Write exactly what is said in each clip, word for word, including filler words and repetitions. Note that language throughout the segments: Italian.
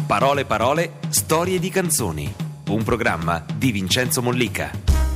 Parole parole, storie di canzoni. Un programma di Vincenzo Mollica.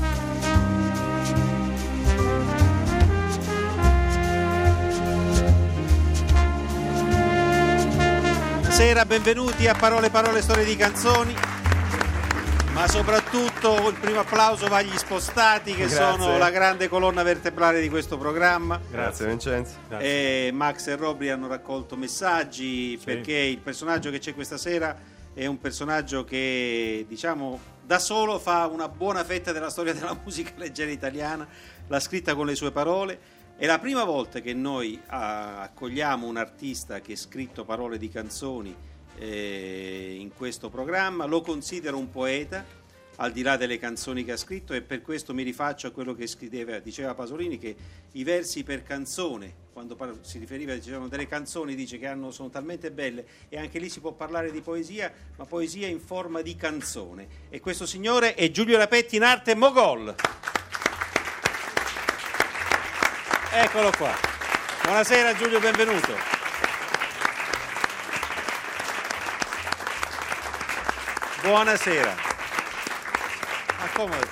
Buonasera, benvenuti a Parole parole, storie di canzoni. Ma soprattutto il primo applauso va agli spostati, che Grazie. sono la grande colonna vertebrale di questo programma. Grazie Vincenzo. E Max e Robri hanno raccolto messaggi, sì, perché il personaggio che c'è questa sera è un personaggio che, diciamo, da solo fa una buona fetta della storia della musica leggera italiana, l'ha scritta con le sue parole. È la prima volta che noi accogliamo un artista che ha scritto parole di canzoni eh, in questo programma. Lo considero un poeta, al di là delle canzoni che ha scritto, e per questo mi rifaccio a quello che scriveva, diceva Pasolini, che i versi per canzone, quando par- si riferiva, dicevano delle canzoni, dice che hanno, sono talmente belle, e anche lì si può parlare di poesia, ma poesia in forma di canzone. E questo signore è Giulio Rapetti, in arte Mogol. Eccolo qua. Buonasera Giulio, benvenuto. Buonasera. Accomodati.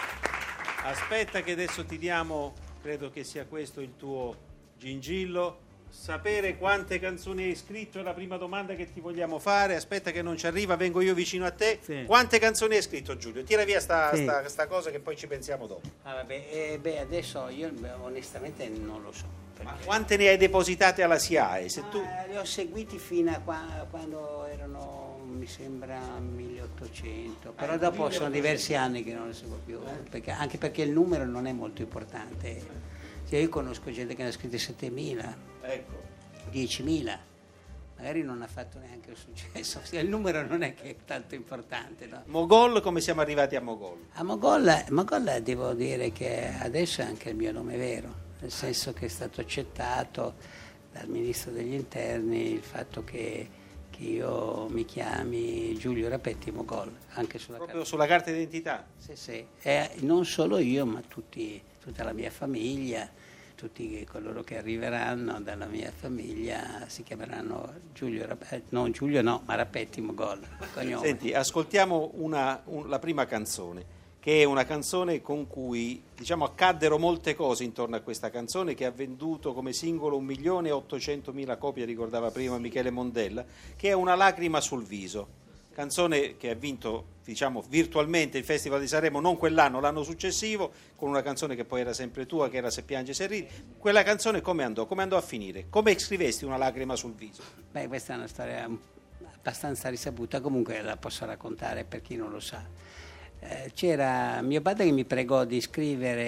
Aspetta che adesso ti diamo, credo che sia questo il tuo gingillo. Sapere quante canzoni hai scritto è la prima domanda che ti vogliamo fare. Aspetta che non ci arriva, vengo io vicino a te. Sì. Quante canzoni hai scritto, Giulio? Tira via sta, sì. sta, sta cosa che poi ci pensiamo dopo. Ah, vabbè, eh, beh, adesso io onestamente non lo so. Ma quante ne hai depositate alla SIAE? Se ah, tu... Li ho seguiti fino a qua, quando erano, mi sembra, milleottocento. Però ah, dopo sono diversi anni che non le seguo più, eh. perché, anche perché il numero non è molto importante. Cioè, io conosco gente che ne ha scritte settemila, ecco, diecimila, magari non ha fatto neanche il successo. Il numero non è che è tanto importante, no? Mogol, come siamo arrivati a Mogol? A Mogol, Mogol devo dire che adesso è anche il mio nome vero, nel senso che è stato accettato dal Ministro degli Interni il fatto che, che io mi chiami Giulio Rapetti Mogol, anche sulla Proprio carta. sulla carta d'identità? Sì, sì, e non solo io, ma tutti, tutta la mia famiglia, tutti coloro che arriveranno dalla mia famiglia si chiameranno Giulio Rapetti, non Giulio no, ma Rapetti Mogol. Senti, ascoltiamo una, un, la prima canzone, che è una canzone con cui, diciamo, accaddero molte cose intorno a questa canzone, che ha venduto come singolo un milione e ottocentomila copie, ricordava prima Michele Mondella, che è Una lacrima sul viso. Canzone che ha vinto, diciamo, virtualmente il Festival di Sanremo, non quell'anno, l'anno successivo, con una canzone che poi era sempre tua, che era Se piange se ridi. Quella canzone come andò? Come andò a finire? Come scrivesti Una lacrima sul viso? Beh, questa è una storia abbastanza risaputa, comunque la posso raccontare per chi non lo sa. Eh, c'era mio padre che mi pregò di scrivere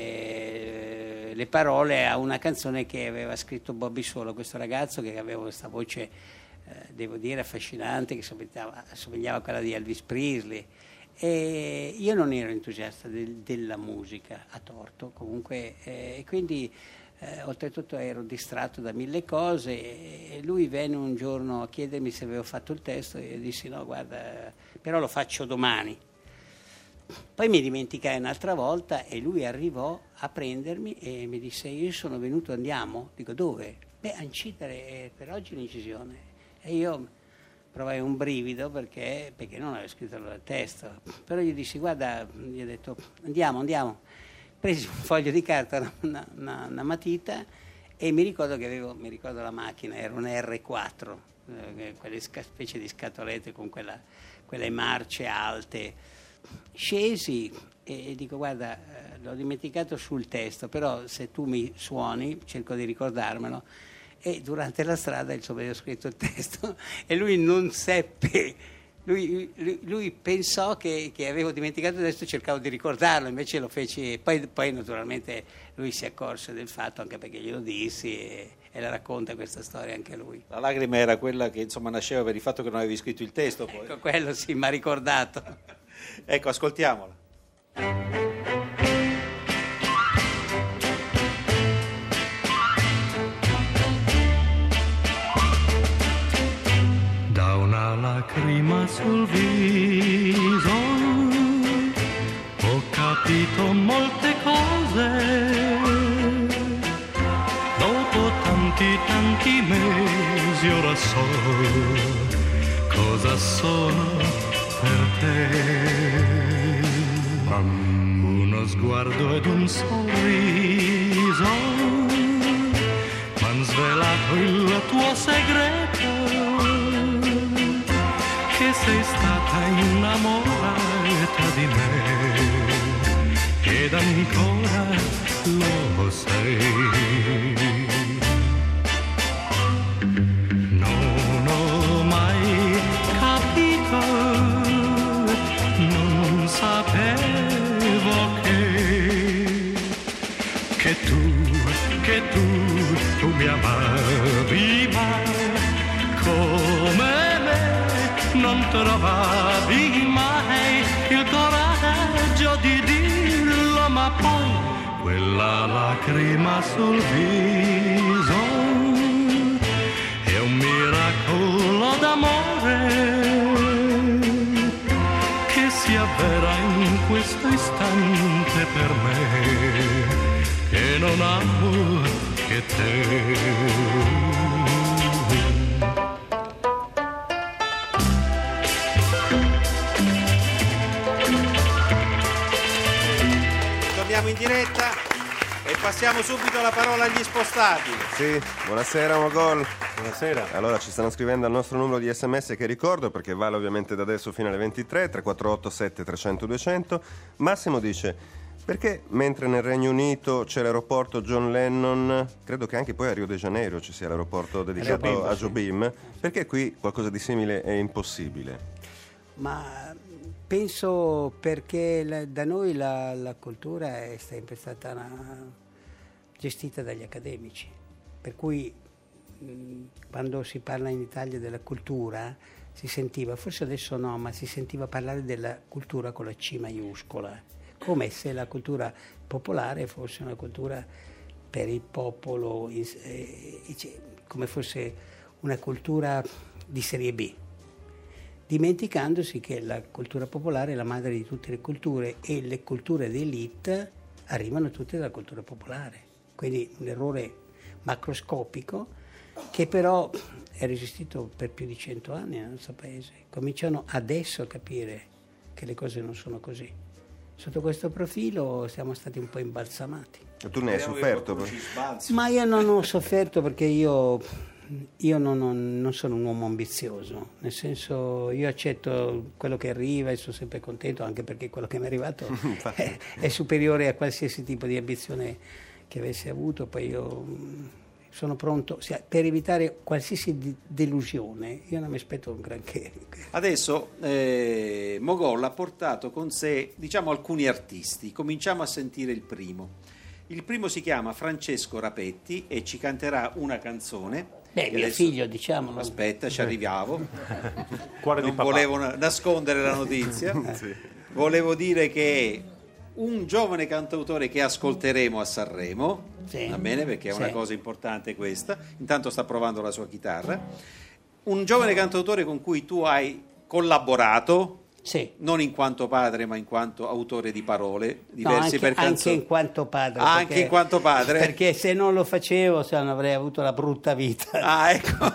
eh, le parole a una canzone che aveva scritto Bobby Solo, questo ragazzo che aveva questa voce, Eh, devo dire, affascinante, che assomigliava, assomigliava a quella di Elvis Presley, e io non ero entusiasta del, della musica, a torto comunque, e eh, quindi eh, oltretutto ero distratto da mille cose, e lui venne un giorno a chiedermi se avevo fatto il testo, e io dissi no, guarda, però lo faccio domani. Poi mi dimenticai un'altra volta e lui arrivò a prendermi e mi disse: io sono venuto, andiamo? Dico, dove? Beh, a incidere per oggi l'incisione. E io provai un brivido perché, perché non avevo scritto il testo, però gli dissi guarda, gli ho detto andiamo, andiamo. Presi un foglio di carta, una, una, una matita, e mi ricordo che avevo, mi ricordo la macchina, era un erre quattro, eh, quelle sca- specie di scatolette con quella, quelle marce alte. Scesi e, e dico guarda, eh, l'ho dimenticato sul testo, però se tu mi suoni cerco di ricordarmelo. E durante la strada insomma ho scritto il testo e lui non seppe, lui, lui, lui pensò che, che avevo dimenticato il testo, cercavo di ricordarlo, invece lo feci, poi, poi naturalmente lui si accorse del fatto, anche perché glielo dissi, e, e la racconta questa storia anche lui. La lacrima era quella che insomma nasceva per il fatto che non avevi scritto il testo poi. Ecco, quello sì, mi ha ricordato. Ecco, ascoltiamola. Lacrima sul viso, ho capito molte cose, dopo tanti tanti mesi ora so cosa sono per te. Uno sguardo ed un sorriso m'han svelato il tuo segreto, che sei stata innamorata di me ed ancora lo sei. Non ho mai capito, non sapevo che, che tu, che tu, tu mi amavi, ma come me non trovavi mai il coraggio di dirlo, ma poi quella lacrima sul viso è un miracolo d'amore che si avvera in questo istante per me, che non amo che te. In diretta e passiamo subito la parola agli spostati. Sì, buonasera Mogol. Buonasera. Allora, ci stanno scrivendo al nostro numero di sms che ricordo perché vale ovviamente da adesso fino alle ventitré, tre quattro otto sette trecento duecento. Massimo dice: perché mentre nel Regno Unito c'è l'aeroporto John Lennon, credo che anche poi a Rio de Janeiro ci sia l'aeroporto dedicato Jobim, a Jobim, sì. Perché qui qualcosa di simile è impossibile? Ma penso perché la, da noi la, la cultura è sempre stata una, gestita dagli accademici, per cui mh, quando si parla in Italia della cultura si sentiva, forse adesso no, ma si sentiva parlare della cultura con la C maiuscola, come se la cultura popolare fosse una cultura per il popolo, eh, come fosse una cultura di serie B, dimenticandosi che la cultura popolare è la madre di tutte le culture e le culture d'élite arrivano tutte dalla cultura popolare. Quindi un errore macroscopico che però è resistito per più di cento anni nel nostro paese. Cominciano adesso a capire che le cose non sono così. Sotto questo profilo siamo stati un po' imbalsamati. E tu ne hai sofferto? Ma io non ho sofferto perché io... Io non, non, non sono un uomo ambizioso, nel senso io accetto quello che arriva e sono sempre contento, anche perché quello che mi è arrivato è, è superiore a qualsiasi tipo di ambizione che avessi avuto. Poi io sono pronto, per evitare qualsiasi delusione, io non mi aspetto un granché. Adesso eh, Mogol ha portato con sé, diciamo, alcuni artisti. Cominciamo a sentire il primo. Il primo si chiama Francesco Rapetti e ci canterà una canzone. Beh, mio adesso, figlio, diciamolo. Aspetta, ci arriviamo. Cuore non di papà. Volevo nascondere la notizia. Sì. Volevo dire che è un giovane cantautore che ascolteremo a Sanremo, sì. Va bene, perché è una sì. cosa importante questa. Intanto sta provando la sua chitarra. Un giovane cantautore con cui tu hai collaborato. Sì. Non in quanto padre, ma in quanto autore di parole diverse, no, anche, per canzoni. Anche in quanto padre. Ah, perché, anche in quanto padre? Perché se non lo facevo, se non avrei avuto la brutta vita. Ah, ecco.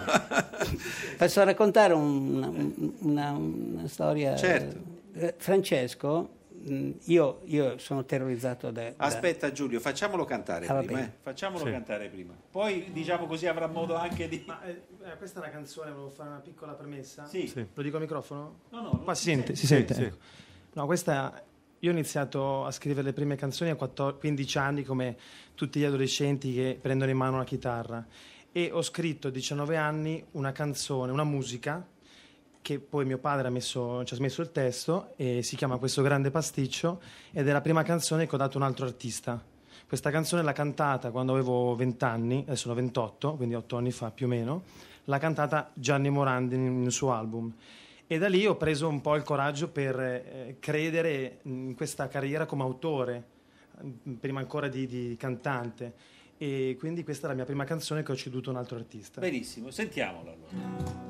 Posso raccontare una, una, una storia? Certo. Francesco, io, io sono terrorizzato da... Aspetta Giulio, facciamolo cantare ah, prima. Eh. Facciamolo sì. cantare prima. Poi, diciamo così, avrà modo anche di... Ma, eh, questa è una canzone, volevo fare una piccola premessa? Sì. sì. Lo dico al microfono? No, no. Qua si sente, si sì, sente. sì. Ecco. No, questa... Io ho iniziato a scrivere le prime canzoni a quattordici, quindici anni, come tutti gli adolescenti che prendono in mano una chitarra. E ho scritto a diciannove anni una canzone, una musica, che poi mio padre ha messo, ci ha messo il testo, e si chiama Questo grande pasticcio, ed è la prima canzone che ho dato a un altro artista. Questa canzone l'ha cantata quando avevo venti anni, adesso ho ventotto, quindi otto anni fa più o meno, l'ha cantata Gianni Morandi nel suo album. E da lì ho preso un po' il coraggio per eh, credere in questa carriera come autore, prima ancora di, di cantante. E quindi questa è la mia prima canzone che ho ceduto a un altro artista. Benissimo, sentiamola allora.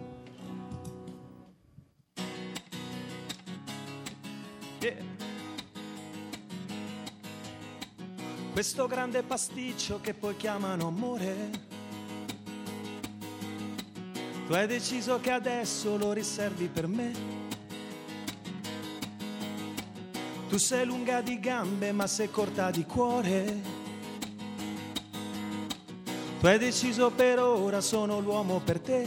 Yeah. Questo grande pasticcio che poi chiamano amore Tu hai deciso che adesso lo riservi per me. Tu sei lunga di gambe ma sei corta di cuore. Tu hai deciso per ora sono l'uomo per te.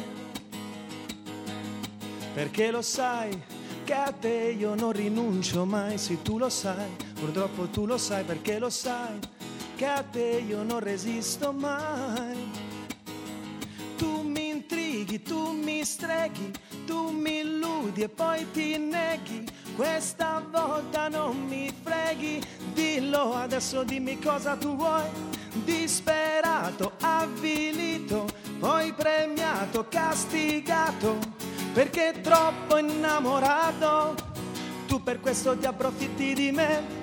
Perché lo sai che a te io non rinuncio mai. Sì, tu lo sai, purtroppo tu lo sai, perché lo sai che a te io non resisto mai. Tu mi intrighi, tu mi streghi, tu mi illudi e poi ti neghi. Questa volta non mi freghi, dillo adesso, dimmi cosa tu vuoi. Disperato, avvilito, poi premiato, castigato, perché troppo innamorato. Tu per questo ti approfitti di me.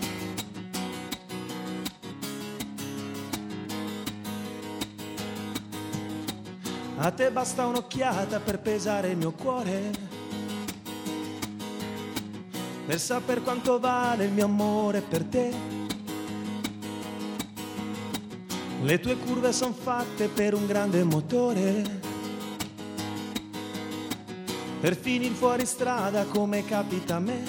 A te basta un'occhiata per pesare il mio cuore, per saper quanto vale il mio amore per te. Le tue curve son fatte per un grande motore, per finire fuori strada come capita a me.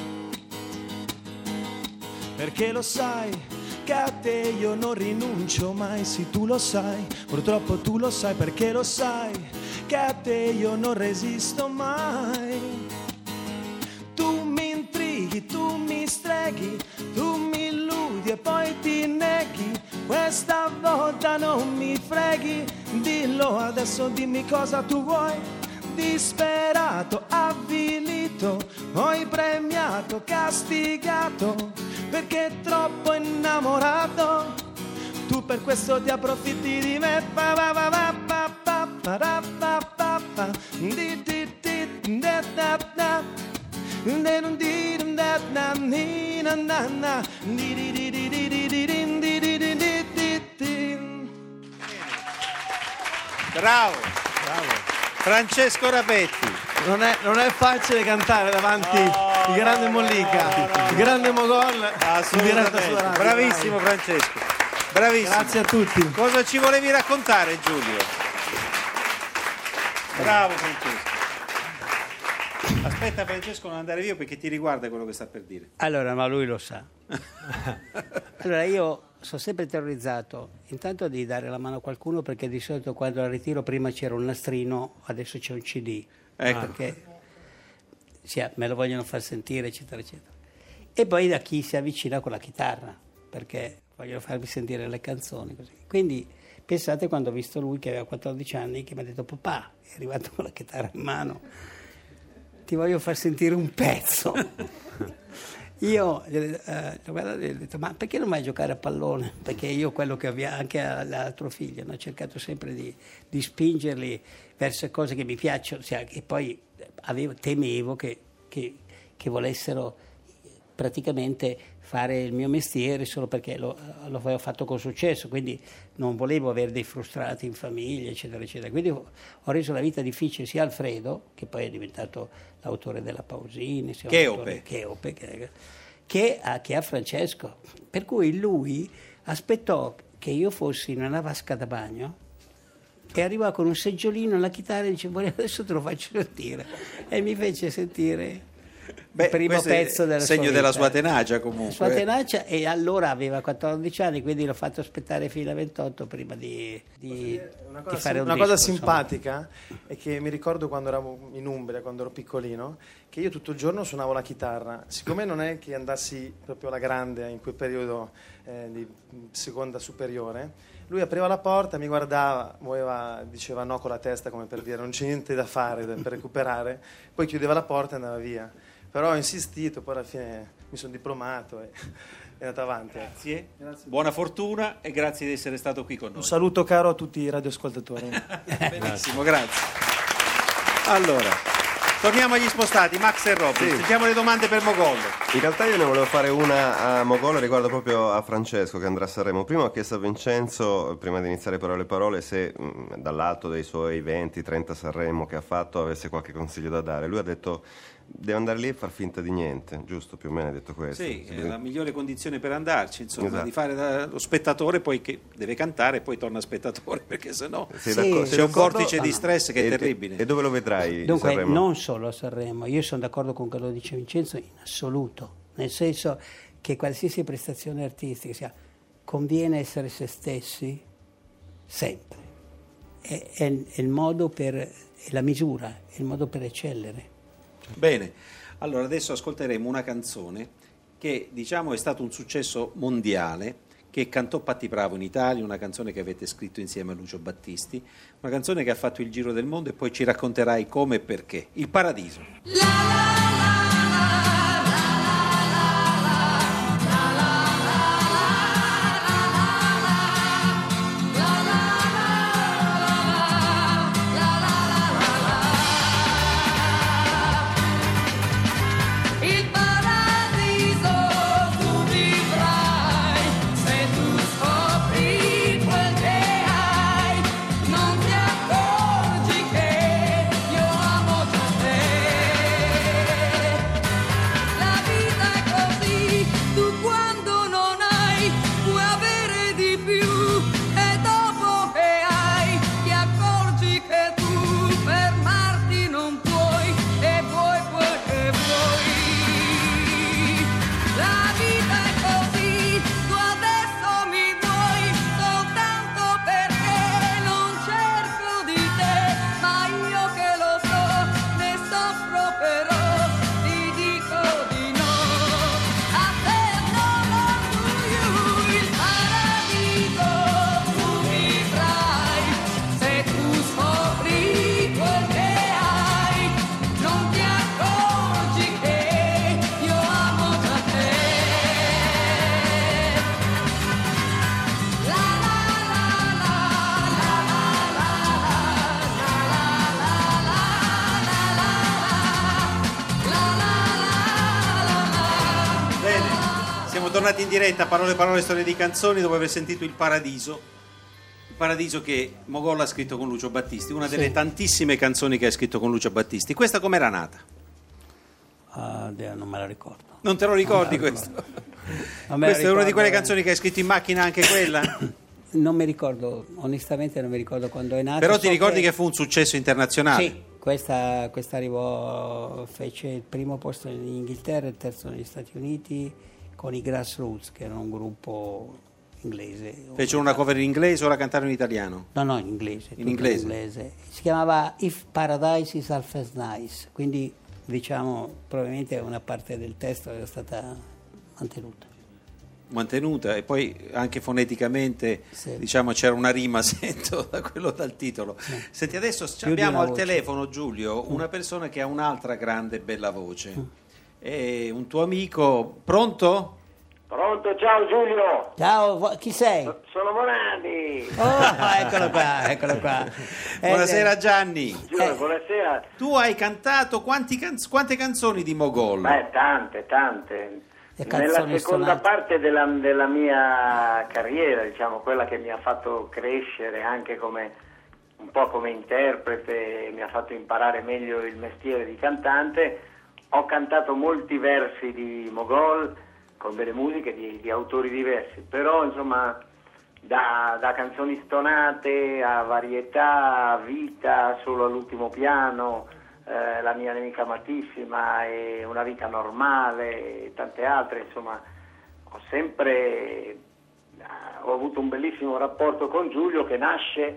Perché lo sai che a te io non rinuncio mai. Sì, tu lo sai, purtroppo tu lo sai, perché lo sai che a te io non resisto mai. Tu mi intrighi, tu mi streghi, tu mi illudi e poi ti neghi. Questa volta non mi freghi, dillo adesso, dimmi cosa tu vuoi. Disperato, avvilito, poi premiato, castigato, perché troppo innamorato. Tu per questo ti approfitti di me. Pa pa pa pa pa pa pa pa pa pa di di di da da da di di di da da ni na na na di di di di di di di di di di di di. Bravo, bravo. Francesco Rapetti. Non è, non è facile cantare davanti No, il grande no, Mollica, no, no, il grande Mogol in diretta Assolutamente. sulla radio. Bravissimo Francesco. Bravissimo. Grazie a tutti. Cosa ci volevi raccontare, Giulio? Bravo Francesco. Aspetta Francesco, non andare via perché ti riguarda quello che sta per dire. Allora, ma lui lo sa. Allora, io sono sempre terrorizzato intanto di dare la mano a qualcuno, perché di solito quando al ritiro prima c'era un nastrino, adesso c'è un C D. Ecco. Perché sì, me lo vogliono far sentire, eccetera, eccetera. E poi da chi si avvicina con la chitarra, perché vogliono farmi sentire le canzoni. Così. Quindi pensate quando ho visto lui che aveva quattordici anni, che mi ha detto: papà, è arrivato con la chitarra in mano, ti voglio far sentire un pezzo. Io eh, guarda, gli ho detto: ma perché non vai a giocare a pallone? Perché io quello che avevo anche all'altro figlio, no? Ho cercato sempre di, di spingerli verso cose che mi piacciono, cioè, e poi avevo, temevo che, che, che volessero praticamente fare il mio mestiere solo perché lo, lo avevo fatto con successo, quindi non volevo avere dei frustrati in famiglia, eccetera, eccetera. Quindi ho, ho reso la vita difficile sia a Alfredo, che poi è diventato l'autore della Pausini, sia Cheope, Cheope che, che, a, che a Francesco. Per cui lui aspettò che io fossi in una vasca da bagno e arrivò con un seggiolino alla chitarra e dice: adesso te lo faccio sentire, e mi fece sentire Beh, il primo pezzo della segno sua della vita. sua tenacia comunque. Sua tenacia, e allora aveva quattordici anni, quindi l'ho fatto aspettare fino a ventotto prima di, di, Una di cosa, fare un una disco, cosa insomma. simpatica è che mi ricordo quando eravamo in Umbria, quando ero piccolino, che io tutto il giorno suonavo la chitarra. Siccome non è che andassi proprio alla grande in quel periodo eh, di seconda superiore, lui apriva la porta, mi guardava, muoveva, diceva no con la testa, come per dire non c'è niente da fare per recuperare, poi chiudeva la porta e andava via. Però ho insistito, poi alla fine mi sono diplomato e è andato avanti. Grazie. Grazie. Buona fortuna e grazie di essere stato qui con noi. Un saluto caro a tutti i radioascoltatori. Benissimo, grazie. Allora, torniamo agli spostati, Max e Robby. Sì. Sentiamo le domande per Mogol. In realtà io ne volevo fare una a Mogol riguardo proprio a Francesco che andrà a Sanremo. Prima ho chiesto a Vincenzo, prima di iniziare però le parole, se mh, dall'alto dei suoi venti trenta Sanremo che ha fatto avesse qualche consiglio da dare. Lui ha detto devo andare lì e far finta di niente, giusto? Più o meno hai detto questo. Sì, Si è deve- la migliore condizione per andarci, insomma, Esatto. di fare da- lo spettatore, poi che deve cantare e poi torna spettatore, perché sennò Sei Sì. d'accordo- c'è sei un d'accordo? vortice di stress che è E- terribile. E dove lo vedrai? Dunque, Sanremo? non solo a Sanremo, io sono d'accordo con quello che dice Vincenzo in assoluto, nel senso che qualsiasi prestazione artistica sia, conviene essere se stessi sempre. È, è- è il modo per, è la misura, è il modo per eccellere. Bene, allora adesso ascolteremo una canzone che diciamo è stato un successo mondiale, che cantò Patti Bravo in Italia, una canzone che avete scritto insieme a Lucio Battisti, una canzone che ha fatto il giro del mondo e poi ci racconterai come e perché. Il Paradiso. Il paradiso tu vivrai se tu scopri quel che hai, non ti accorgi che io amo già te. La vita è così, tu quando non hai puoi avere di più e dopo che hai ti accorgi che tu fermarti non puoi e vuoi quel che vuoi. La vita è così, tu adesso mi vuoi soltanto perché non cerco di te, ma io che lo so, ne soffro però, ti dico di no. A te no, no, tu, il paradiso tu vivrai, se tu scopri quel che hai, non ti accorgi che io amo già te. La la la la la Bene, siamo tornati in diretta, parole parole, storie di canzoni, dopo aver sentito Il Paradiso. Il Paradiso che Mogol ha scritto con Lucio Battisti, una delle Sì. tantissime canzoni che ha scritto con Lucio Battisti. Questa com'era nata? Ah, Dio, non me la ricordo. Non te lo ricordi Non me la questo? Non me la Questa è una di ricordo, quelle eh. canzoni che hai scritto in macchina, anche quella? Non mi ricordo, onestamente non mi ricordo quando è nata. Però ti So ricordi che fu un successo internazionale? Sì, questa, questa arrivò, fece il primo posto in Inghilterra e il terzo negli Stati Uniti con i Grassroots, che erano un gruppo inglese. Fecero una cover in inglese o la cantarono in italiano? No, no, in inglese. In tutto inglese? Si chiamava If Paradise is Half as Nice, quindi diciamo probabilmente una parte del testo era stata mantenuta. Mantenuta, e poi anche foneticamente Sì. diciamo c'era una rima, sento da quello dal titolo. Senti, adesso Più di abbiamo una al voce. telefono, Giulio, una persona che ha un'altra grande e bella voce. È un tuo amico. Pronto? Pronto, ciao Giulio, Ciao, vo- chi sei? Oh, sono Bonanni. eccolo qua, eccolo qua. Eh, Buonasera eh, Gianni. Giulio, Eh. buonasera. Tu hai cantato quanti canz- quante canzoni di Mogol? Beh, tante, tante. Le canzoni Nella seconda stonate. parte della, della mia carriera, diciamo, quella che mi ha fatto crescere anche come un po' come interprete, mi ha fatto imparare meglio il mestiere di cantante, ho cantato molti versi di Mogol con delle musiche di, di autori diversi, però insomma da, da canzoni stonate a varietà, a vita, solo all'ultimo piano, eh, La mia nemica amatissima e Una vita normale e tante altre, insomma ho sempre eh, ho avuto un bellissimo rapporto con Giulio che nasce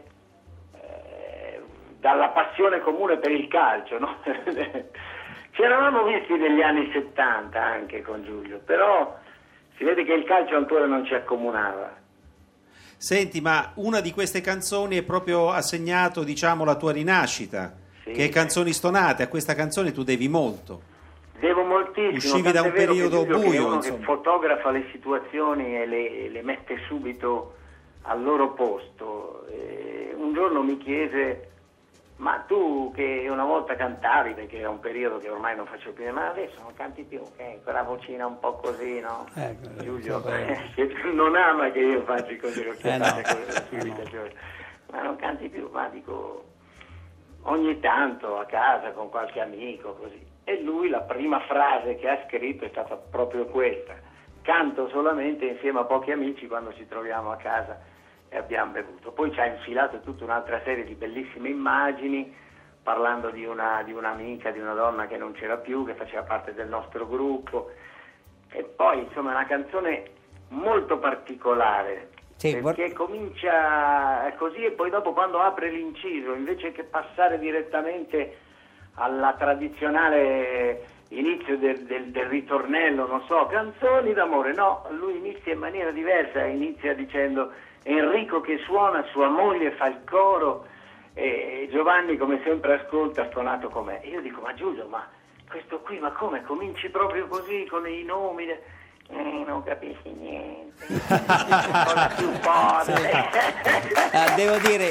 eh, dalla passione comune per il calcio, no? Ci eravamo visti negli anni settanta anche con Giulio, però si vede che il calcio ancora non ci accomunava. Senti, ma una di queste canzoni è proprio assegnato, diciamo, la tua rinascita, Sì. che è Canzoni stonate. A questa canzone tu devi molto. Devo moltissimo. Uscivi da tant'è un vero che periodo Giulio, che è buio, uno insomma. che fotografa le situazioni e le, le mette subito al loro posto. E un giorno mi chiese: ma tu che una volta cantavi, perché era un periodo che ormai non facevo più, ma adesso non canti più, eh, quella vocina un po' così, no? Ecco, Giulio ecco. che non ama che io faccia così, lo Eh, no. chiamate con la Eh, no. imitazione. Ma non canti più, ma dico, ogni tanto a casa con qualche amico, così. E lui la prima frase che ha scritto è stata proprio questa: canto solamente insieme a pochi amici quando ci troviamo a casa e abbiamo bevuto. Poi ci ha infilato tutta un'altra serie di bellissime immagini, parlando di una di un'amica, di una donna che non c'era più, che faceva parte del nostro gruppo. E poi insomma è una canzone molto particolare, sì, perché vor- comincia così e poi dopo, quando apre l'inciso, invece che passare direttamente alla tradizionale inizio del, del, del ritornello, non so, canzoni d'amore, no, lui inizia in maniera diversa, inizia dicendo Enrico che suona, sua moglie fa il coro e Giovanni come sempre ascolta, stonato com'è. Io dico, ma Giulio, ma questo qui, ma come, cominci proprio così con i nomi? Eh, non capisci niente. Cosa più forte. Ah, devo dire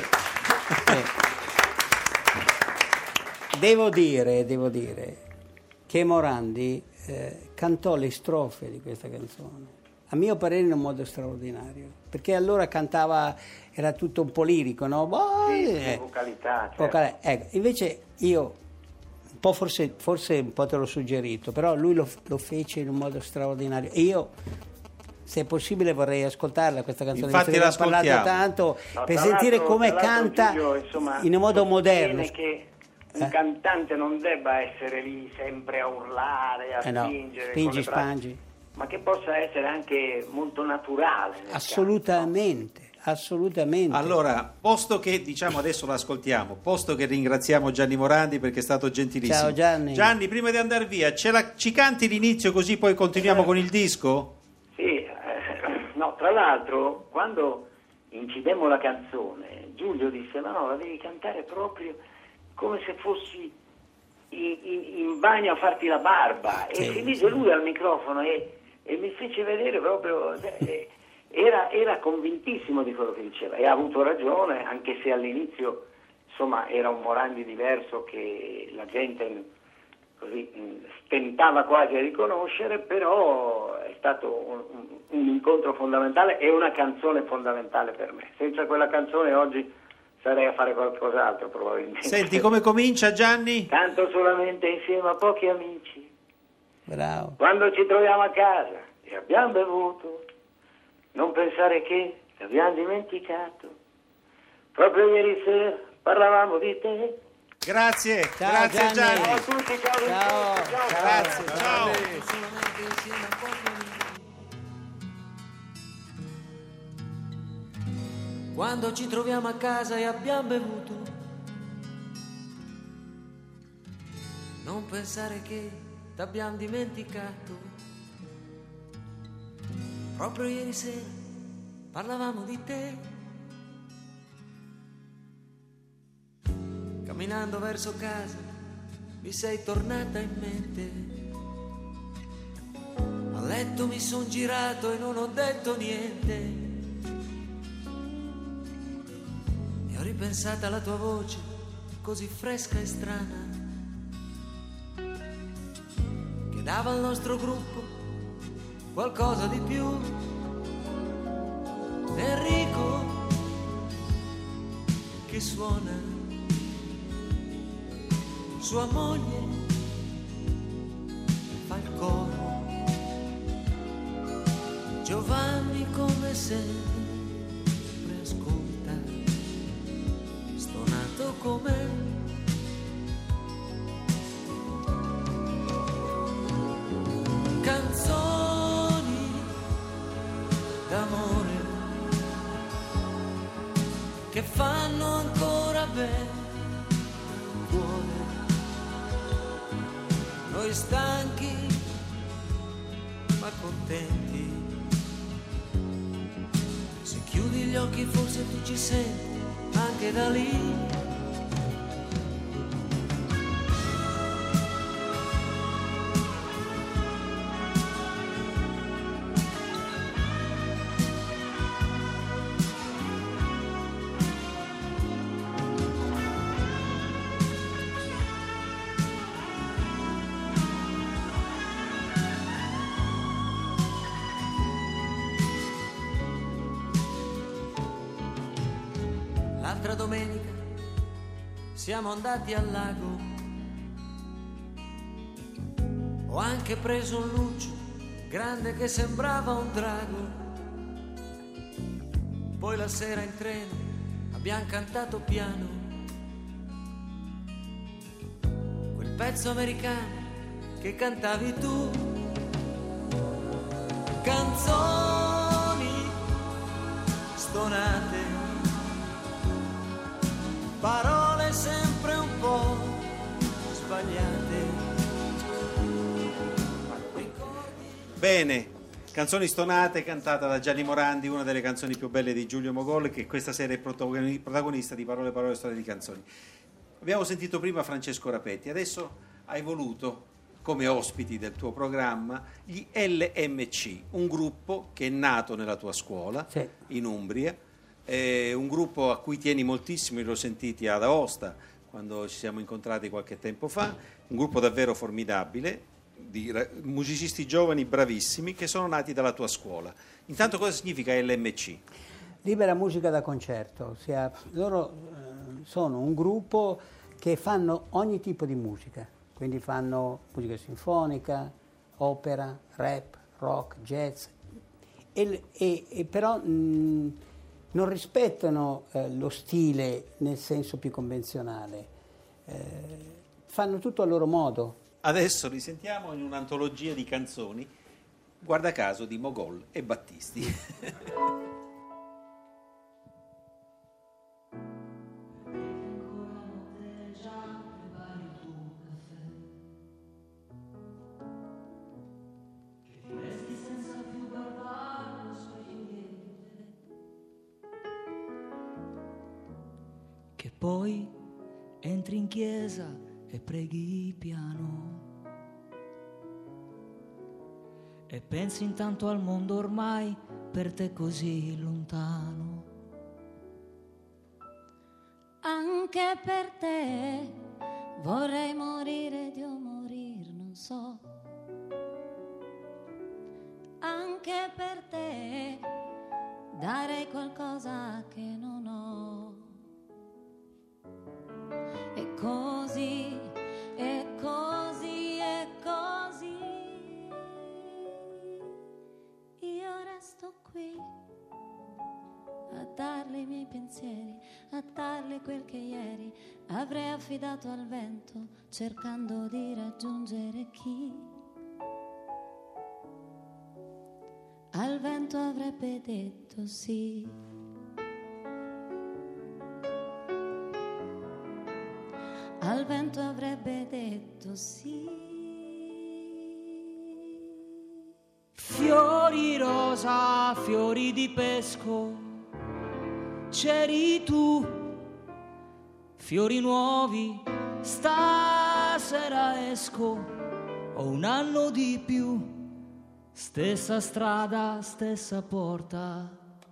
devo dire devo dire che Morandi eh, cantò le strofe di questa canzone, a mio parere in un modo straordinario, perché allora cantava, era tutto un po' lirico, no? Boh, sì, eh, vocalità, certo. vocale, ecco. Invece io un po' forse, forse un po' te l'ho suggerito, però lui lo, lo fece in un modo straordinario e io, se è possibile, vorrei ascoltarla questa canzone. Infatti l'ho parlato tanto, no, per sentire come canta Giulio, insomma, in un modo moderno. Che un eh? cantante non debba essere lì sempre a urlare, a eh no, spingere, spingi, con le braccia, spangi. ma che possa essere anche molto naturale. nel Assolutamente. Assolutamente. Allora, posto che diciamo adesso l'ascoltiamo, posto che ringraziamo Gianni Morandi perché è stato gentilissimo. Ciao Gianni. Gianni, prima di andare via, ce la, ci canti l'inizio così poi continuiamo con il disco? Sì, eh, no, tra l'altro quando incidemmo la canzone, Giulio disse, ma no, la devi cantare proprio come se fossi in, in, in bagno a farti la barba. Sì, e si mise sì. lui al microfono e, e mi fece vedere proprio... Eh, Era, era convintissimo di quello che diceva e ha avuto ragione, anche se all'inizio insomma era un Morandi diverso che la gente così stentava quasi a riconoscere, però è stato un, un, un incontro fondamentale e una canzone fondamentale per me. Senza quella canzone oggi sarei a fare qualcos'altro probabilmente. Senti, come comincia Gianni? Canto solamente insieme a pochi amici. Bravo. Quando ci troviamo a casa e abbiamo bevuto, non pensare che ti abbiamo dimenticato. Proprio ieri sera parlavamo di te. Grazie, Ciao, grazie Gianni. Gianni. Ciao a tutti, ciao, Ciao. ciao, ciao. Grazie, ciao. Quando ci troviamo a casa e abbiamo bevuto, non pensare che t'abbiamo dimenticato. Proprio ieri sera parlavamo di te. Camminando verso casa mi sei tornata in mente. A letto mi son girato e non ho detto niente. E ho ripensato alla tua voce così fresca e strana, che dava al nostro gruppo qualcosa di più. Enrico che suona, sua moglie fa il coro, Giovanni come sempre ascolta, stonato com'è. Canzoni d'amore che fanno ancora bene il cuore. Noi stanchi ma contenti, se chiudi gli occhi forse tu ci senti anche da lì. siamo andati al lago. Ho anche preso un luccio grande che sembrava un drago. Poi la sera in treno abbiamo cantato piano quel pezzo americano che cantavi tu. Canzoni stonate, parole sempre un po' sbagliate. Bene, canzoni stonate cantata da Gianni Morandi, una delle canzoni più belle di Giulio Mogol, che questa sera è protagoni- protagonista di Parole, Parole, Storie di Canzoni. Abbiamo sentito prima Francesco Rapetti, adesso hai voluto come ospiti del tuo programma gli L M C, un gruppo che è nato nella tua scuola, sì, in Umbria, è un gruppo a cui tieni moltissimo, l'ho sentiti ad Aosta quando ci siamo incontrati qualche tempo fa, un gruppo davvero formidabile, di musicisti giovani bravissimi che sono nati dalla tua scuola. Intanto cosa significa L M C? Libera musica da concerto, ossia loro eh, sono un gruppo che fanno ogni tipo di musica, quindi fanno musica sinfonica, opera, rap, rock, jazz, e, e, e però mh, non rispettano eh, lo stile nel senso più convenzionale, eh, fanno tutto a loro modo. Adesso li sentiamo in un'antologia di canzoni, guarda caso, di Mogol e Battisti. Che poi entri in chiesa e preghi piano e pensi intanto al mondo ormai per te così lontano. Anche per te vorrei morire di o morir, non so. Anche per te darei qualcosa che non ho. E così, e così, e così io resto qui a darle i miei pensieri, a darle quel che ieri avrei affidato al vento, cercando di raggiungere chi al vento avrebbe detto sì. Al vento avrebbe detto sì. Fiori rosa, fiori di pesco, c'eri tu. Fiori nuovi, stasera esco, ho un anno di più. Stessa strada, stessa porta.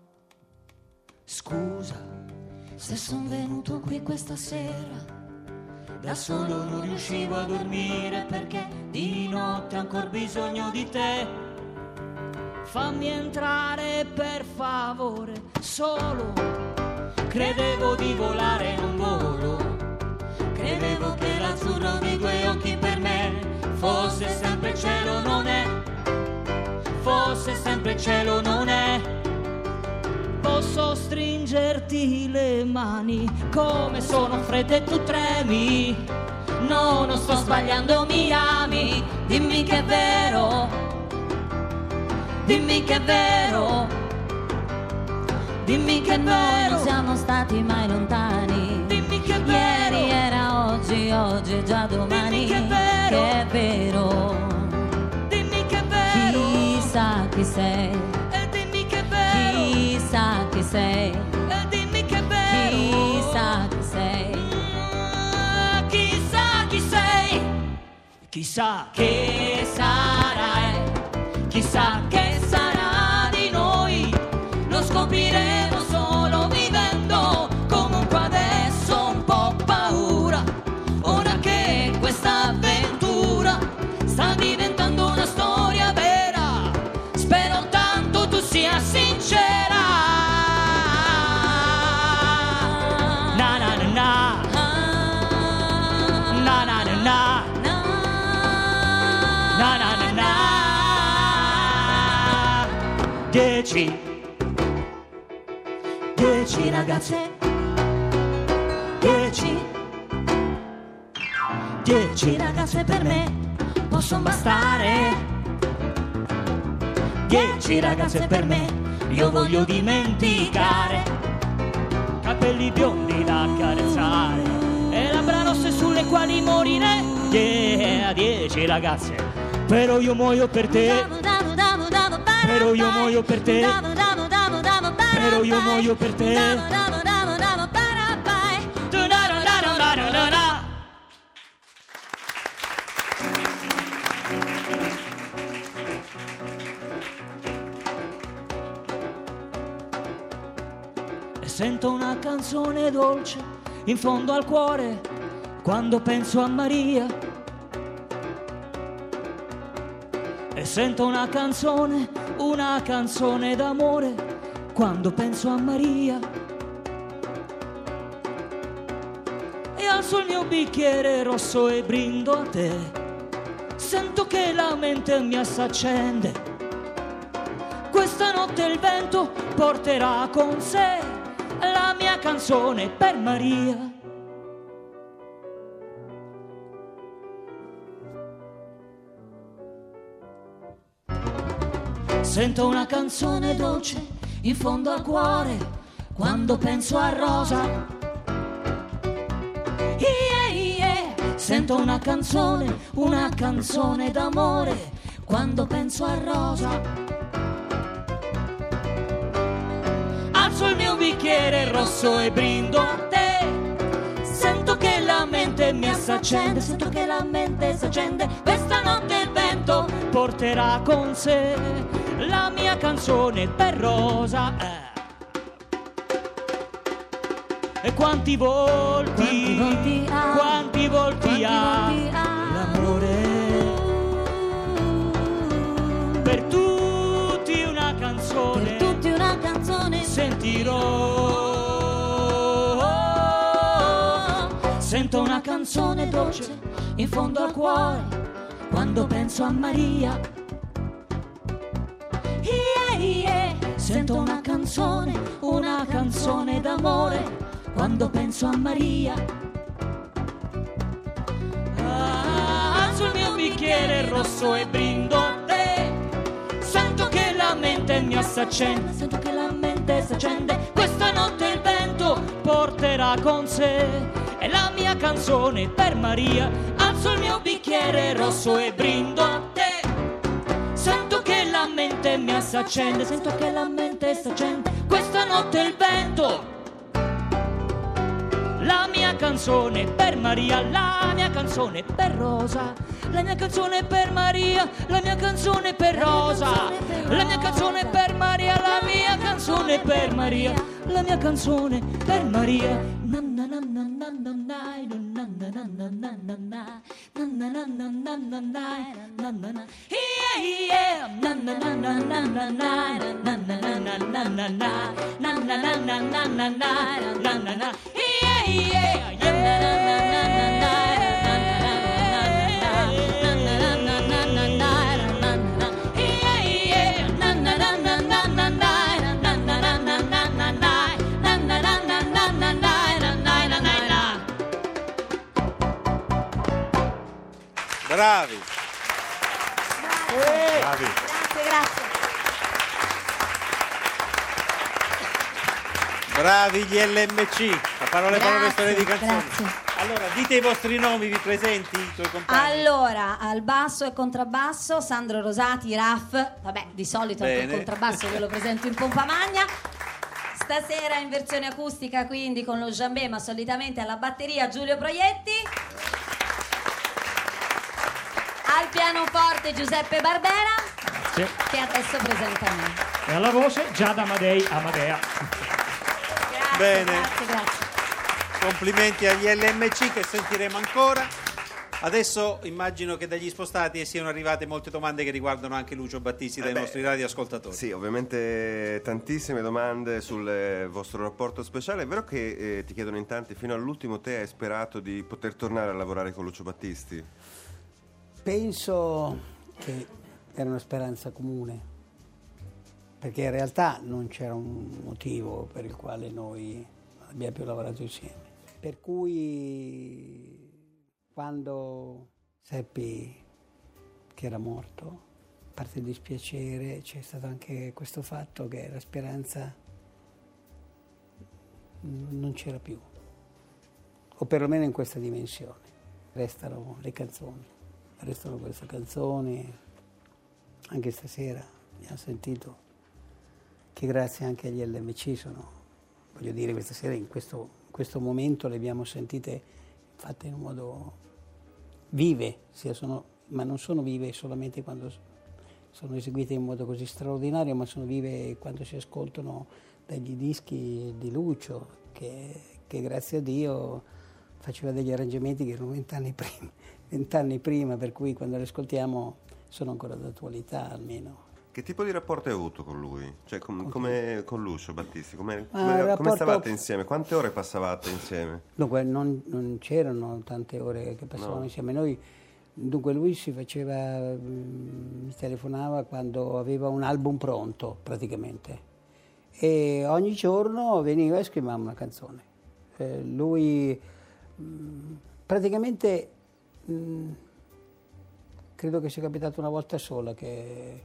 Scusa se son venuto qui questa sera, da solo non riuscivo a dormire perché di notte ho ancora bisogno di te. Fammi entrare per favore, solo credevo di volare, non volo. Credevo che l'azzurro dei tuoi occhi per me fosse sempre cielo, non è. Fosse sempre cielo, non è. Posso stringerti le mani come sono fredde e tu tremi. No, non sto sbagliando, mi ami. Dimmi che è vero. Dimmi che è vero. Dimmi che è vero. Non siamo stati mai lontani. Dimmi che è vero. Ieri era oggi, oggi è già domani. Dimmi che è vero. Che è vero. Dimmi che è vero. Chissà chi sei. E dimmi che è vero. Chissà chi sei. E dimmi che è vero. Chissà chi sei. Mm, chissà chi sei. Chissà che sarai. Chissà che sarà di noi. Lo scopriremo solo vivendo. Comunque adesso ho un po' paura. Ora che questa avventura sta diventando una storia vera. Spero tanto tu sia sincera. Na na na na. Dieci, dieci ragazze, dieci, dieci ragazze per me possono bastare. Dieci ragazze per me io voglio dimenticare. Capelli biondi da accarezzare e labbra rosse sulle quali morire. Yeah, dieci ragazze, però io muoio per te. Però io muoio per te. Però io muoio per te. E sento una canzone dolce in fondo al cuore quando penso a Maria. E sento una canzone, una canzone d'amore quando penso a Maria. E alzo il mio bicchiere rosso e brindo a te. Sento che la mente mi s'accende. Questa notte il vento porterà con sé la mia canzone per Maria. Sento una canzone dolce in fondo al cuore quando penso a Rosa. Yeah, yeah. Sento una canzone, una canzone d'amore quando penso a Rosa. Alzo il mio bicchiere rosso e brindo a te. Sento che la mente mi s'accende, sento che la mente s'accende. Questa notte il vento porterà con sé la mia canzone per Rosa. Eh. E quanti volti, quanti volti ha, quanti volti quanti ha, volti ha l'amore. Per tutti una canzone, per tutti una canzone sentirò. Sento una canzone dolce in fondo al cuore quando penso a Maria. Yeah, yeah. Sento una canzone, una canzone d'amore quando penso a Maria. Ah, alzo il mio bicchiere rosso e brindo a te. Sento che la mente mi s'accende, sento che la mente s'accende. Questa notte il vento porterà con sé e la mia canzone per Maria. Alzo il mio bicchiere rosso e brindo a te. Sento che la mente mi s'accende, sento che la mente s'accende. Questa notte il vento, la mia canzone per Maria, la mia canzone per Rosa, la mia canzone per Maria, la mia canzone per Rosa, la mia canzone per Maria, la mia canzone per Maria, la mia canzone per Maria. Bravi. Eh, Bravi. Grazie, grazie. Bravi gli L M C. A parole Grazie, parole storie di canzoni. grazie. Allora, dite i vostri nomi, vi presenti, i tuoi compagni. Allora, al basso e contrabbasso Sandro Rosati, Raff. Vabbè, di solito anche il Bene. contrabbasso ve lo presento in pompa magna. Stasera in versione acustica, quindi con lo djembé, ma solitamente alla batteria Giulio Proietti. Al pianoforte Giuseppe Barbera, Sì. che adesso presenta me. E alla voce Giada Amadei Amadea. Grazie, Bene. grazie, grazie. Complimenti agli L M C che sentiremo ancora. Adesso immagino che dagli spostati siano arrivate molte domande che riguardano anche Lucio Battisti dai Eh beh, nostri radioascoltatori. Sì, ovviamente tantissime domande sul eh, vostro rapporto speciale. È vero che eh, ti chiedono in tanti, fino all'ultimo te hai sperato di poter tornare a lavorare con Lucio Battisti? Penso che era una speranza comune, perché in realtà non c'era un motivo per il quale noi non abbiamo più lavorato insieme. Per cui quando seppi che era morto, a parte il dispiacere, c'è stato anche questo fatto che la speranza non c'era più, o perlomeno in questa dimensione. Restano le canzoni, restano queste canzoni. Anche stasera abbiamo sentito che grazie anche agli L M C sono, voglio dire, questa sera in questo, in questo momento le abbiamo sentite fatte in un modo vive, sia sono, ma non sono vive solamente quando sono eseguite in modo così straordinario, ma sono vive quando si ascoltano dagli dischi di Lucio, che, che grazie a Dio faceva degli arrangiamenti che erano vent'anni prima, vent'anni prima, per cui quando li ascoltiamo sono ancora d'attualità almeno. Che tipo di rapporto hai avuto con lui? Cioè com, con, come con Lucio Battisti? Come, ah, come, rapporto... come stavate insieme? Quante ore passavate insieme? Dunque non, non c'erano tante ore che passavamo no. insieme. Noi, dunque lui si faceva, mi telefonava quando aveva un album pronto praticamente, e ogni giorno veniva e scriveva una canzone. Eh, lui mh, praticamente mh, credo che sia capitato una volta sola che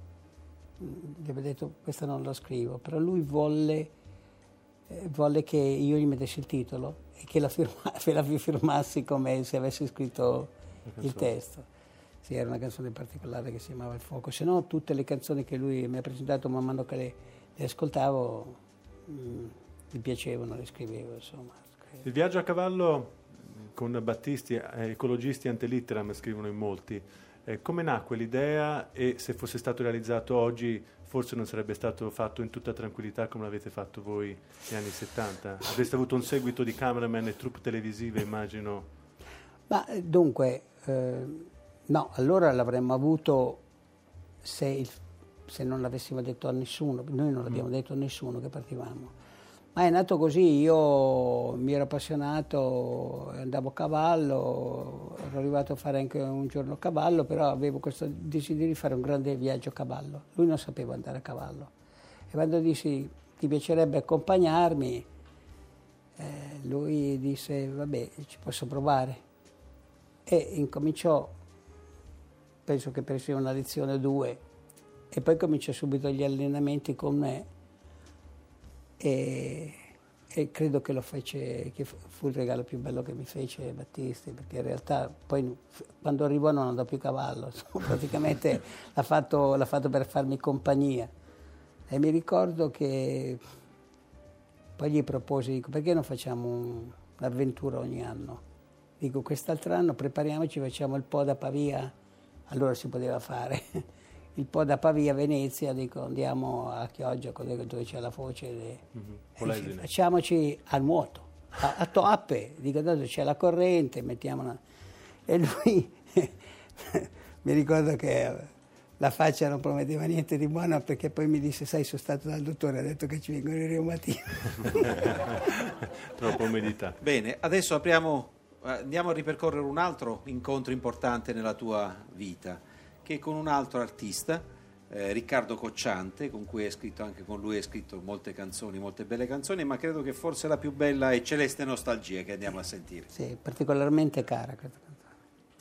gli abbia detto questa non la scrivo, però lui volle, eh, volle che io gli mettessi il titolo e che la, firma, che la firmassi come se avessi scritto il testo. Sì, era una canzone particolare che si chiamava Il fuoco, se no tutte le canzoni che lui mi ha presentato man mano che le, le ascoltavo mh, mi piacevano, le scrivevo, insomma. Scrivevo. Il viaggio a cavallo con Battisti, eh, ecologisti ante litteram scrivono in molti. Eh, come nacque l'idea, e se fosse stato realizzato oggi forse non sarebbe stato fatto in tutta tranquillità come l'avete fatto voi negli anni settanta? Avreste avuto un seguito di cameraman e troupe televisive, immagino. Ma dunque, eh, no, allora l'avremmo avuto se, il, se non l'avessimo detto a nessuno, noi non l'abbiamo mm. detto a nessuno che partivamo. Ma è nato così, io mi ero appassionato, andavo a cavallo, ero arrivato a fare anche un giorno a cavallo, però avevo questo desiderio di fare un grande viaggio a cavallo. Lui non sapeva andare a cavallo. E quando dissi ti piacerebbe accompagnarmi, eh, lui disse vabbè, ci posso provare. E incominciò, penso che prese una lezione o due, e poi cominciò subito gli allenamenti con me. E, e credo che lo fece, che fu il regalo più bello che mi fece Battisti, perché in realtà poi quando arrivò non andò più a cavallo, insomma, praticamente l'ha fatto, l'ha fatto per farmi compagnia. E mi ricordo che poi gli proposi, dico, perché non facciamo un, un'avventura ogni anno? Dico, quest'altro anno prepariamoci, facciamo il Po da Pavia, allora si poteva fare. Il Po da Pavia, Venezia, dico andiamo a Chioggia dove c'è la foce, de, mm-hmm. eh, facciamoci al nuoto, a, a toppe, dico dove c'è la corrente, mettiamo una... E lui, mi ricordo che la faccia non prometteva niente di buono, perché poi mi disse, sai, sono stato dal dottore, ha detto che ci vengono i reumatini. Troppo umidità. Bene, adesso apriamo, andiamo a ripercorrere un altro incontro importante nella tua vita, che con un altro artista, eh, Riccardo Cocciante, con cui hai scritto, anche con lui hai scritto molte canzoni, molte belle canzoni, ma credo che forse la più bella è Celeste Nostalgia, che andiamo a sentire. Sì, particolarmente cara questa canzone.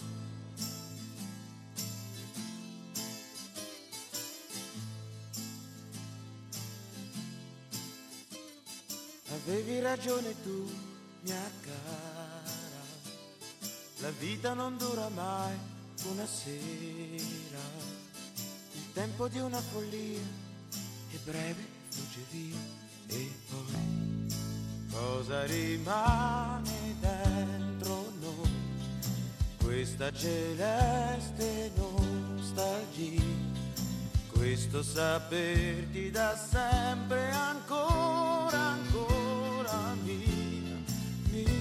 Avevi ragione tu, mia cara, la vita non dura mai una sera, il tempo di una follia è breve, fugge via, e poi cosa rimane dentro noi? Questa celeste nostalgia, questo saperti da sempre ancora, ancora mia, mia.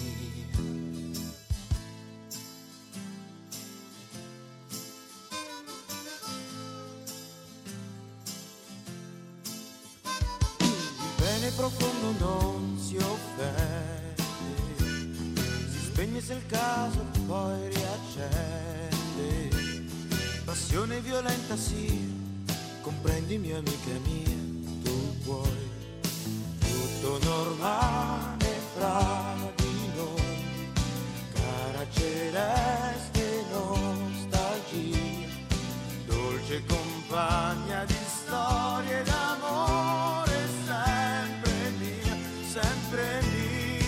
Profondo non si offende, si spegne se il caso poi riaccende, passione violenta sì, comprendimi amica mia, tu puoi, tutto normale fra di noi, cara celeste nostalgia, dolce compagna di storie d'amore, sempre mia, sempre mia.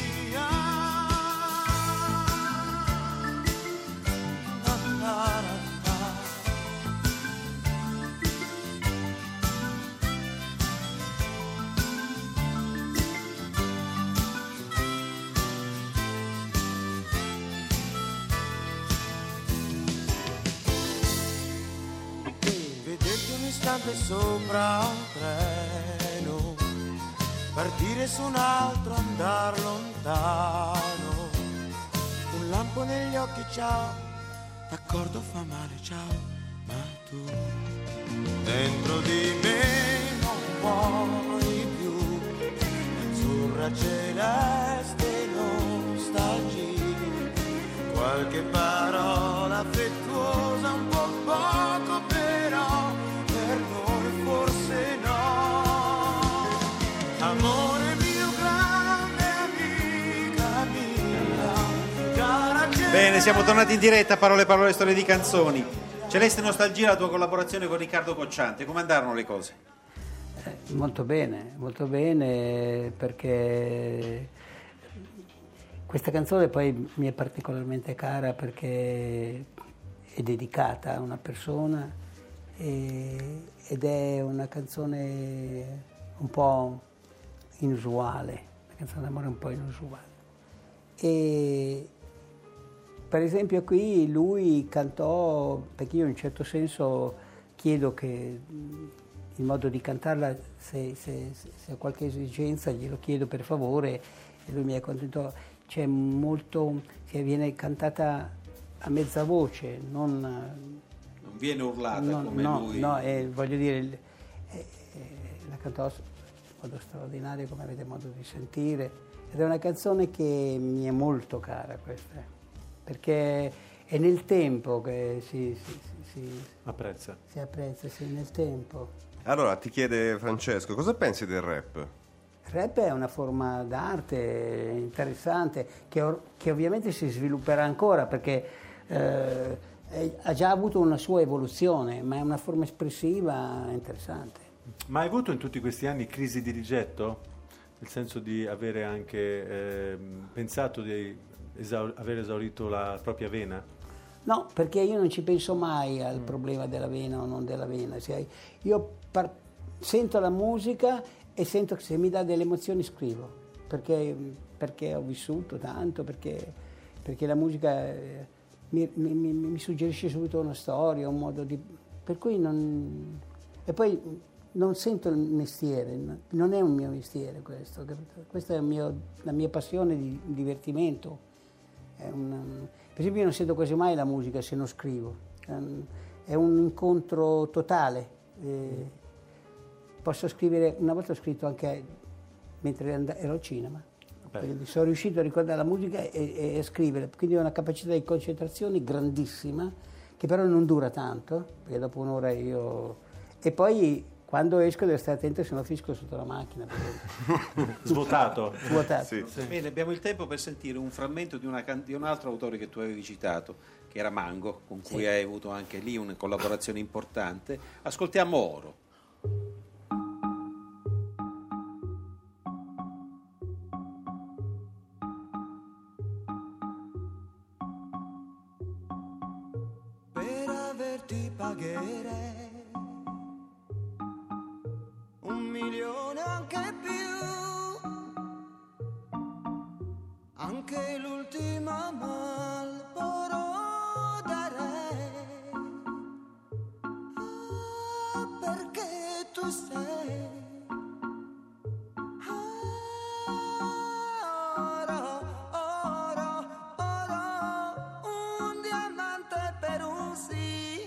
Sopra un treno, partire su un altro, andar lontano, un lampo negli occhi, ciao, d'accordo fa male, ciao, ma tu dentro di me non muori più, azzurra celeste nostalgia, qualche parola affettuosa, un po' poco però, per noi forse no. Amore mio, grande amica mia, cara celeste. Bene, siamo tornati in diretta a Parole Parole Storie di Canzoni. Celeste Nostalgia, la tua collaborazione con Riccardo Cocciante, come andarono le cose? Eh, molto bene, molto bene, perché questa canzone poi mi è particolarmente cara perché è dedicata a una persona e, ed è una canzone un po' inusuale, una canzone d'amore un po' inusuale. E per esempio qui lui cantò, perché io in un certo senso chiedo che il modo di cantarla, se, se, se ha qualche esigenza glielo chiedo per favore, e lui mi ha contento. C'è molto, che viene cantata a mezza voce, non, non viene urlata non, come no, lui. No, eh, voglio dire, eh, eh, la cantò in modo straordinario, come avete modo di sentire, ed è una canzone che mi è molto cara questa, perché è nel tempo che si, si, si, si apprezza. Si apprezza, sì, nel tempo. Allora ti chiede Francesco, cosa pensi del rap? Il rap è una forma d'arte interessante che, or- che ovviamente si svilupperà ancora perché eh, è- ha già avuto una sua evoluzione, ma è una forma espressiva interessante. Ma hai avuto in tutti questi anni crisi di rigetto? Nel senso di avere anche eh, pensato di esau- aver esaurito la propria vena? No, perché io non ci penso mai al mm. problema della vena o non della vena. Cioè, io par- sento la musica e sento che se mi dà delle emozioni scrivo, perché, perché ho vissuto tanto, perché, perché la musica eh, mi, mi, mi suggerisce subito una storia, un modo di... per cui non... E poi non sento il mestiere, non è un mio mestiere questo, questa è mio, la mia passione di divertimento. È un, per esempio io non sento quasi mai la musica se non scrivo, è un, è un incontro totale. Eh, Posso scrivere, una volta ho scritto anche mentre ero al cinema, quindi sono riuscito a ricordare la musica e, e a scrivere, quindi ho una capacità di concentrazione grandissima, che però non dura tanto, perché dopo un'ora io... E poi quando esco devo stare attento se non finisco sotto la macchina. Svuotato. Svuotato. Sì. Sì. Bene, abbiamo il tempo per sentire un frammento di, una can- di un altro autore che tu avevi citato, che era Mango, con cui sì. hai avuto anche lì una collaborazione importante. Ascoltiamo Oro. Ti pagherei un milione, anche più, anche l'ultima Marlboro darei, ah, perché tu sei oro, oro, oro, un diamante per un sì.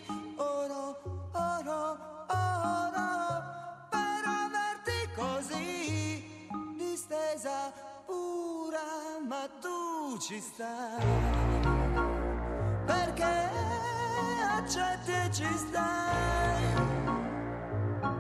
Pura, ma tu ci stai, perché accetti e ci stai,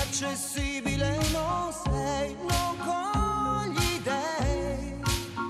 inaccessibile non sei, non cogli dei,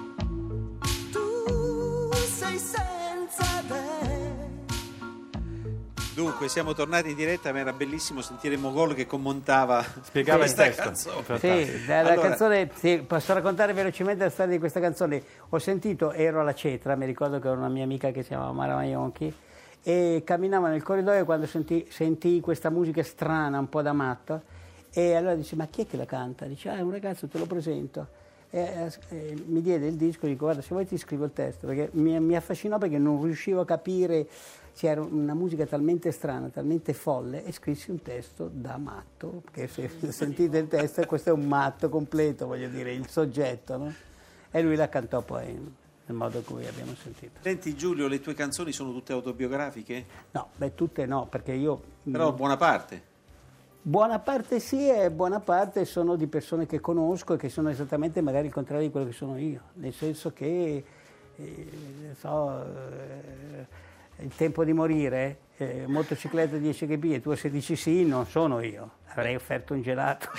tu sei senza dei. Dunque, siamo tornati in diretta, ma era bellissimo sentire Mogol che commentava Spiegava questa il testo. canzone. Sì, la, la Allora- canzone, sì, posso raccontare velocemente la storia di questa canzone. Ho sentito, ero alla Cetra, mi ricordo che era una mia amica che si chiamava Mara Maionchi, e camminavo nel corridoio quando sentì, sentii questa musica strana, un po' da matto, e allora dice: ma chi è che la canta? Dice: ah, è un ragazzo, te lo presento. E, e, e mi diede il disco e dico: guarda, se vuoi ti scrivo il testo, perché mi, mi affascinò, perché non riuscivo a capire, c'era una musica talmente strana, talmente folle, e scrissi un testo da matto, perché se sentite il testo, questo è un matto completo, voglio dire, il soggetto, no? E lui la cantò poi nel modo in cui abbiamo sentito. Senti Giulio, le tue canzoni sono tutte autobiografiche? No, beh, tutte no, perché io... Però buona parte. Buona parte sì, e buona parte sono di persone che conosco e che sono esattamente magari il contrario di quello che sono io, nel senso che, eh, so, eh, il tempo di morire, eh, motocicletta dieci chilometri e tu se dici sì, non sono io, avrei offerto un gelato.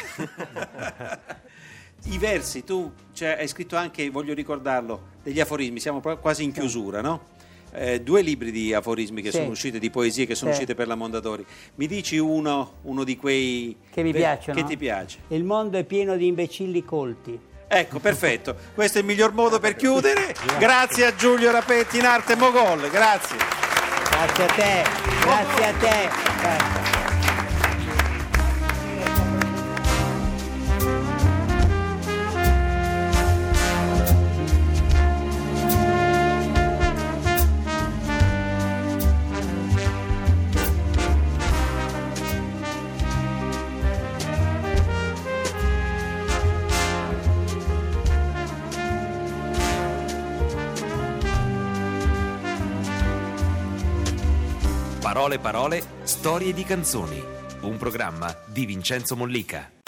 I versi, tu cioè, hai scritto anche, voglio ricordarlo, degli aforismi, siamo pro- quasi in chiusura, no? Eh, due libri di aforismi che Sì. sono usciti, di poesie che sono Sì. uscite per la Mondadori. Mi dici uno, uno di quei Che mi ve- piacciono? Che ti piace? Il mondo è pieno di imbecilli colti. Ecco, perfetto. Questo è il miglior modo per chiudere. Grazie a Giulio Rapetti in arte Mogol. Grazie. Grazie a te, grazie a te. Grazie. Parole parole, storie di canzoni. Un programma di Vincenzo Mollica.